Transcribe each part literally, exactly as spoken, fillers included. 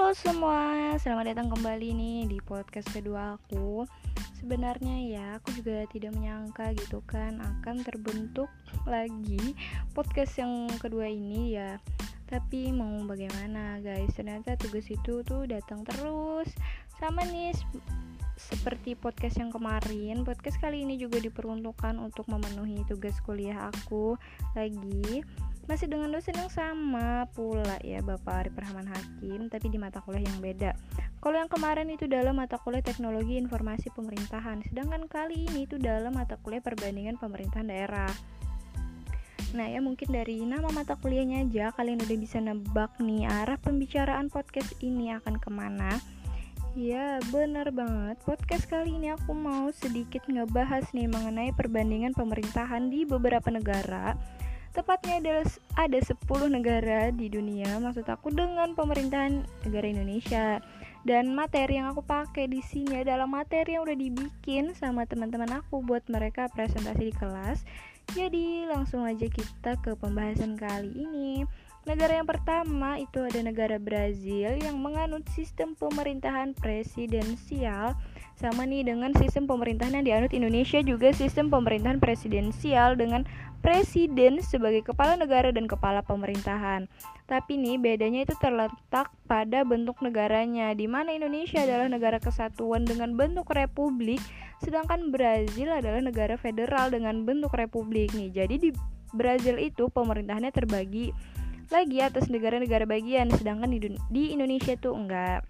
Halo semua, selamat datang kembali nih di podcast kedua aku. Sebenarnya ya, aku juga tidak menyangka gitu kan akan terbentuk lagi podcast yang kedua ini ya. Tapi mau bagaimana guys, ternyata tugas itu tuh datang terus. Sama nih seperti podcast yang kemarin, podcast kali ini juga diperuntukkan untuk memenuhi tugas kuliah aku lagi. Masih dengan dosen yang sama pula ya, Bapak Arif Rahman Hakim, tapi di mata kuliah yang beda. Kalau yang kemarin itu dalam mata kuliah Teknologi Informasi Pemerintahan, sedangkan kali ini itu dalam mata kuliah Perbandingan Pemerintahan Daerah. Nah ya, mungkin dari nama mata kuliahnya aja kalian udah bisa nebak nih arah pembicaraan podcast ini akan kemana. Ya bener banget, podcast kali ini aku mau sedikit ngebahas nih mengenai perbandingan pemerintahan di beberapa negara. Tepatnya adalah ada sepuluh negara di dunia, maksud aku dengan pemerintahan negara Indonesia. Dan materi yang aku pakai di sini adalah materi yang udah dibikin sama teman-teman aku buat mereka presentasi di kelas. Jadi langsung aja kita ke pembahasan kali ini. Negara yang pertama itu ada negara Brazil yang menganut sistem pemerintahan presidensial. Sama nih dengan sistem pemerintahan yang dianut Indonesia, juga sistem pemerintahan presidensial dengan presiden sebagai kepala negara dan kepala pemerintahan. Tapi nih bedanya itu terletak pada bentuk negaranya, di mana Indonesia adalah negara kesatuan dengan bentuk republik, sedangkan Brazil adalah negara federal dengan bentuk republik nih. Jadi di Brazil itu pemerintahannya terbagi lagi atas negara-negara bagian, sedangkan di, di Indonesia tuh enggak.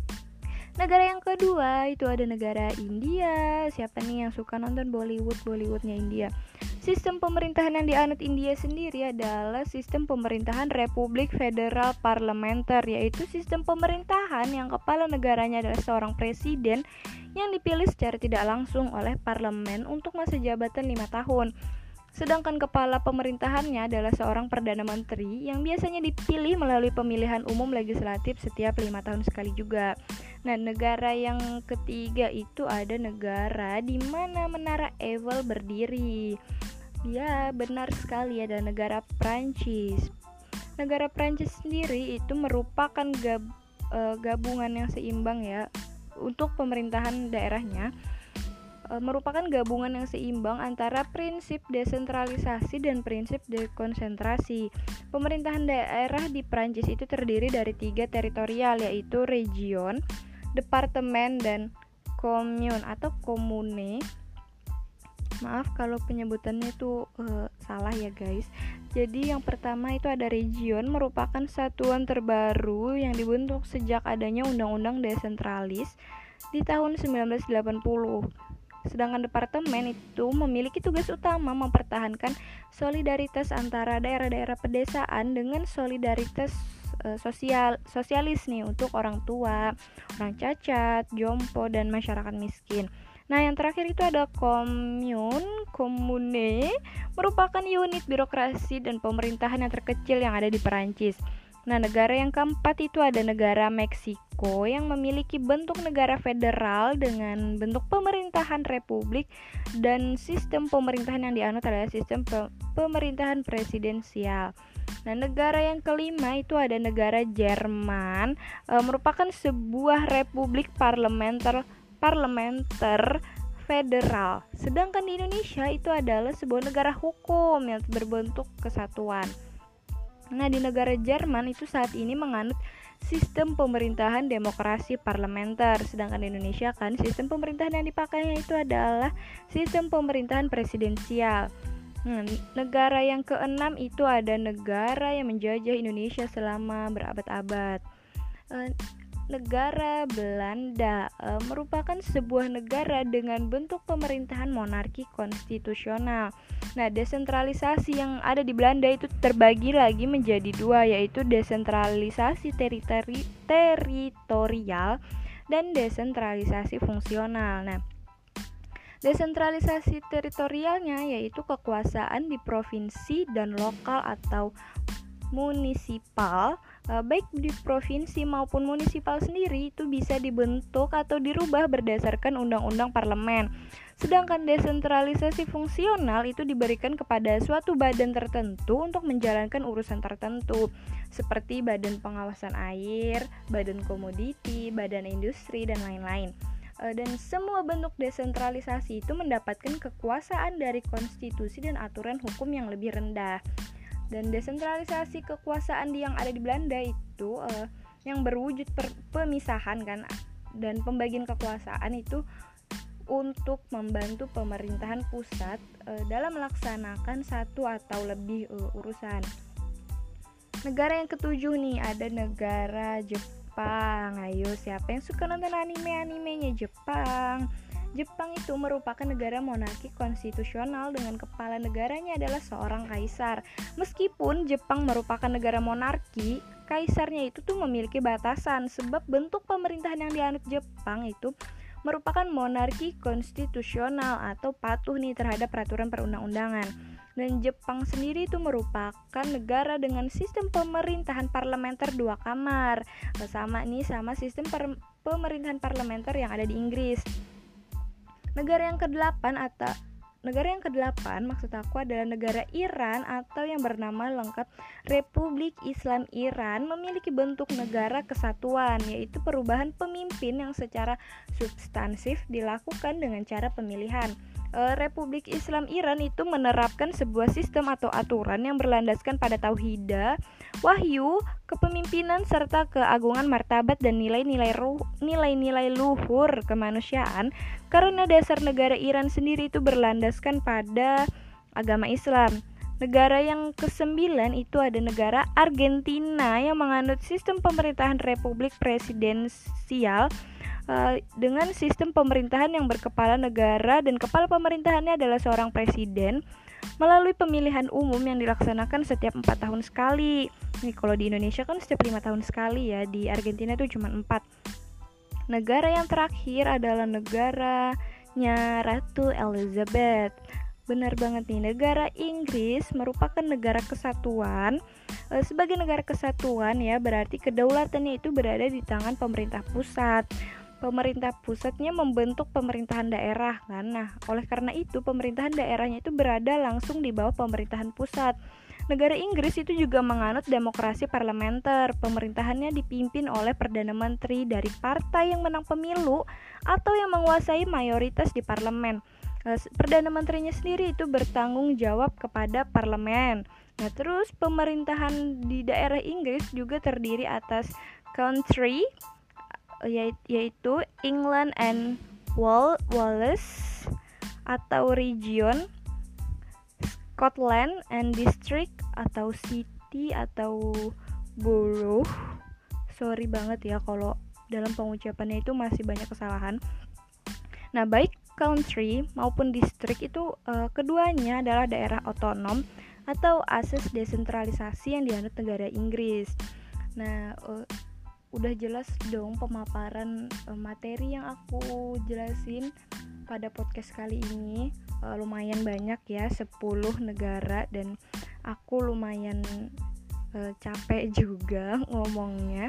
Negara yang kedua itu ada negara India. Siapa nih yang suka nonton Bollywood, Bollywoodnya India? Sistem pemerintahan yang dianut India sendiri adalah sistem pemerintahan Republik Federal Parlementer, yaitu sistem pemerintahan yang kepala negaranya adalah seorang presiden yang dipilih secara tidak langsung oleh parlemen untuk masa jabatan lima tahun. Sedangkan kepala pemerintahannya adalah seorang Perdana Menteri yang biasanya dipilih melalui pemilihan umum legislatif setiap lima tahun sekali juga. Nah, negara yang ketiga itu ada negara di mana Menara Eiffel berdiri. Ya, benar sekali, ada negara Prancis. Negara Prancis sendiri itu merupakan gab, e, gabungan yang seimbang ya untuk pemerintahan daerahnya. merupakan gabungan yang seimbang antara prinsip desentralisasi dan prinsip dekonsentrasi. Pemerintahan daerah di Prancis itu terdiri dari tiga teritorial, yaitu region, departemen, dan commune atau commune. Maaf kalau penyebutannya itu uh, salah ya guys. Jadi yang pertama itu ada region, merupakan satuan terbaru yang dibentuk sejak adanya undang-undang desentralis di tahun sembilan belas delapan puluh. Sedangkan departemen itu memiliki tugas utama mempertahankan solidaritas antara daerah-daerah pedesaan dengan solidaritas e, sosial sosialis nih untuk orang tua, orang cacat, jompo, dan masyarakat miskin. Nah, yang terakhir itu ada commune. Commune merupakan unit birokrasi dan pemerintahan yang terkecil yang ada di Perancis. Nah, negara yang keempat itu ada negara Meksiko yang memiliki bentuk negara federal dengan bentuk pemerintahan republik dan sistem pemerintahan yang dianut adalah sistem pe- pemerintahan presidensial. Nah, negara yang kelima itu ada negara Jerman, e, merupakan sebuah republik parlementer parlementer federal. Sedangkan di Indonesia itu adalah sebuah negara hukum yang berbentuk kesatuan. Nah, di negara Jerman itu saat ini menganut sistem pemerintahan demokrasi parlementer, sedangkan di Indonesia kan sistem pemerintahan yang dipakainya itu adalah sistem pemerintahan presidensial. Nah, negara yang keenam itu ada negara yang menjajah Indonesia selama berabad-abad. E, Negara Belanda e, merupakan sebuah negara dengan bentuk pemerintahan monarki konstitusional. Nah, desentralisasi yang ada di Belanda itu terbagi lagi menjadi dua, yaitu desentralisasi teritori- teritorial dan desentralisasi fungsional. Nah, desentralisasi teritorialnya yaitu kekuasaan di provinsi dan lokal atau munisipal uh, baik di provinsi maupun munisipal sendiri itu bisa dibentuk atau dirubah berdasarkan undang-undang parlemen. Sedangkan desentralisasi fungsional itu diberikan kepada suatu badan tertentu untuk menjalankan urusan tertentu, seperti badan pengawasan air, badan komoditi, badan industri, dan lain-lain. Dan semua bentuk desentralisasi itu mendapatkan kekuasaan dari konstitusi dan aturan hukum yang lebih rendah. Dan desentralisasi kekuasaan yang ada di Belanda itu uh, yang berwujud per- pemisahan kan, dan pembagian kekuasaan itu untuk membantu pemerintahan pusat uh, dalam melaksanakan satu atau lebih uh, urusan. Negara yang ketujuh nih, ada negara Jepang. Ayo, siapa yang suka nonton anime-animenya Jepang? Jepang itu merupakan negara monarki konstitusional dengan kepala negaranya adalah seorang kaisar. Meskipun Jepang merupakan negara monarki, kaisarnya itu tuh memiliki batasan, sebab bentuk pemerintahan yang dianut Jepang itu merupakan monarki konstitusional atau patuh nih terhadap peraturan perundang-undangan. Dan Jepang sendiri itu merupakan negara dengan sistem pemerintahan parlementer dua kamar, sama nih sama sistem per- pemerintahan parlementer yang ada di Inggris. Negara yang kedelapan atau negara yang kedelapan maksud aku adalah negara Iran atau yang bernama lengkap Republik Islam Iran, memiliki bentuk negara kesatuan, yaitu perubahan pemimpin yang secara substansif dilakukan dengan cara pemilihan. Republik Islam Iran itu menerapkan sebuah sistem atau aturan yang berlandaskan pada tauhid, wahyu, kepemimpinan serta keagungan martabat dan nilai-nilai ruh, nilai-nilai luhur kemanusiaan, karena dasar negara Iran sendiri itu berlandaskan pada agama Islam. Negara yang kesembilan itu ada negara Argentina yang menganut sistem pemerintahan republik presidensial Uh, dengan sistem pemerintahan yang berkepala negara dan kepala pemerintahannya adalah seorang presiden melalui pemilihan umum yang dilaksanakan setiap empat tahun sekali. Nih kalau di Indonesia kan setiap lima tahun sekali ya, di Argentina itu cuma empat. Negara yang terakhir adalah negaranya Ratu Elizabeth. Benar banget nih, negara Inggris merupakan negara kesatuan. E, sebagai negara kesatuan ya, berarti kedaulatannya itu berada di tangan pemerintah pusat. Pemerintah pusatnya membentuk pemerintahan daerah kan. Nah, oleh karena itu pemerintahan daerahnya itu berada langsung di bawah pemerintahan pusat. Negara Inggris itu juga menganut demokrasi parlementer. Pemerintahannya dipimpin oleh Perdana Menteri dari partai yang menang pemilu atau yang menguasai mayoritas di parlemen. Perdana Menterinya sendiri itu bertanggung jawab kepada parlemen. Nah, terus pemerintahan di daerah Inggris juga terdiri atas country, yaitu England and Wales, atau region, Scotland and district, atau city, atau borough. Sorry banget ya kalau dalam pengucapannya itu masih banyak kesalahan. Nah, baik country maupun district itu uh, keduanya adalah daerah otonom atau asas desentralisasi yang dianut negara Inggris. Nah, uh, udah jelas dong pemaparan uh, materi yang aku jelasin pada podcast kali ini. uh, lumayan banyak ya, sepuluh negara, dan aku lumayan uh, capek juga ngomongnya.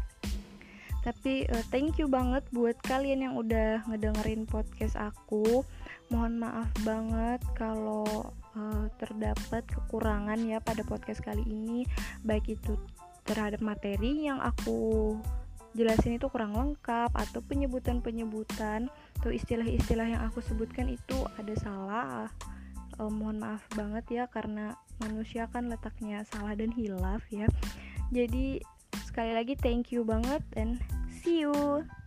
Tapi uh, thank you banget buat kalian yang udah ngedengerin podcast aku. Mohon maaf banget kalau uh, terdapat kekurangan ya pada podcast kali ini, baik itu terhadap materi yang aku jelasin itu kurang lengkap, atau penyebutan-penyebutan atau istilah-istilah yang aku sebutkan itu ada salah. Uh, mohon maaf banget ya, karena manusia kan letaknya salah dan hilaf ya. Jadi sekali lagi thank you banget and see you.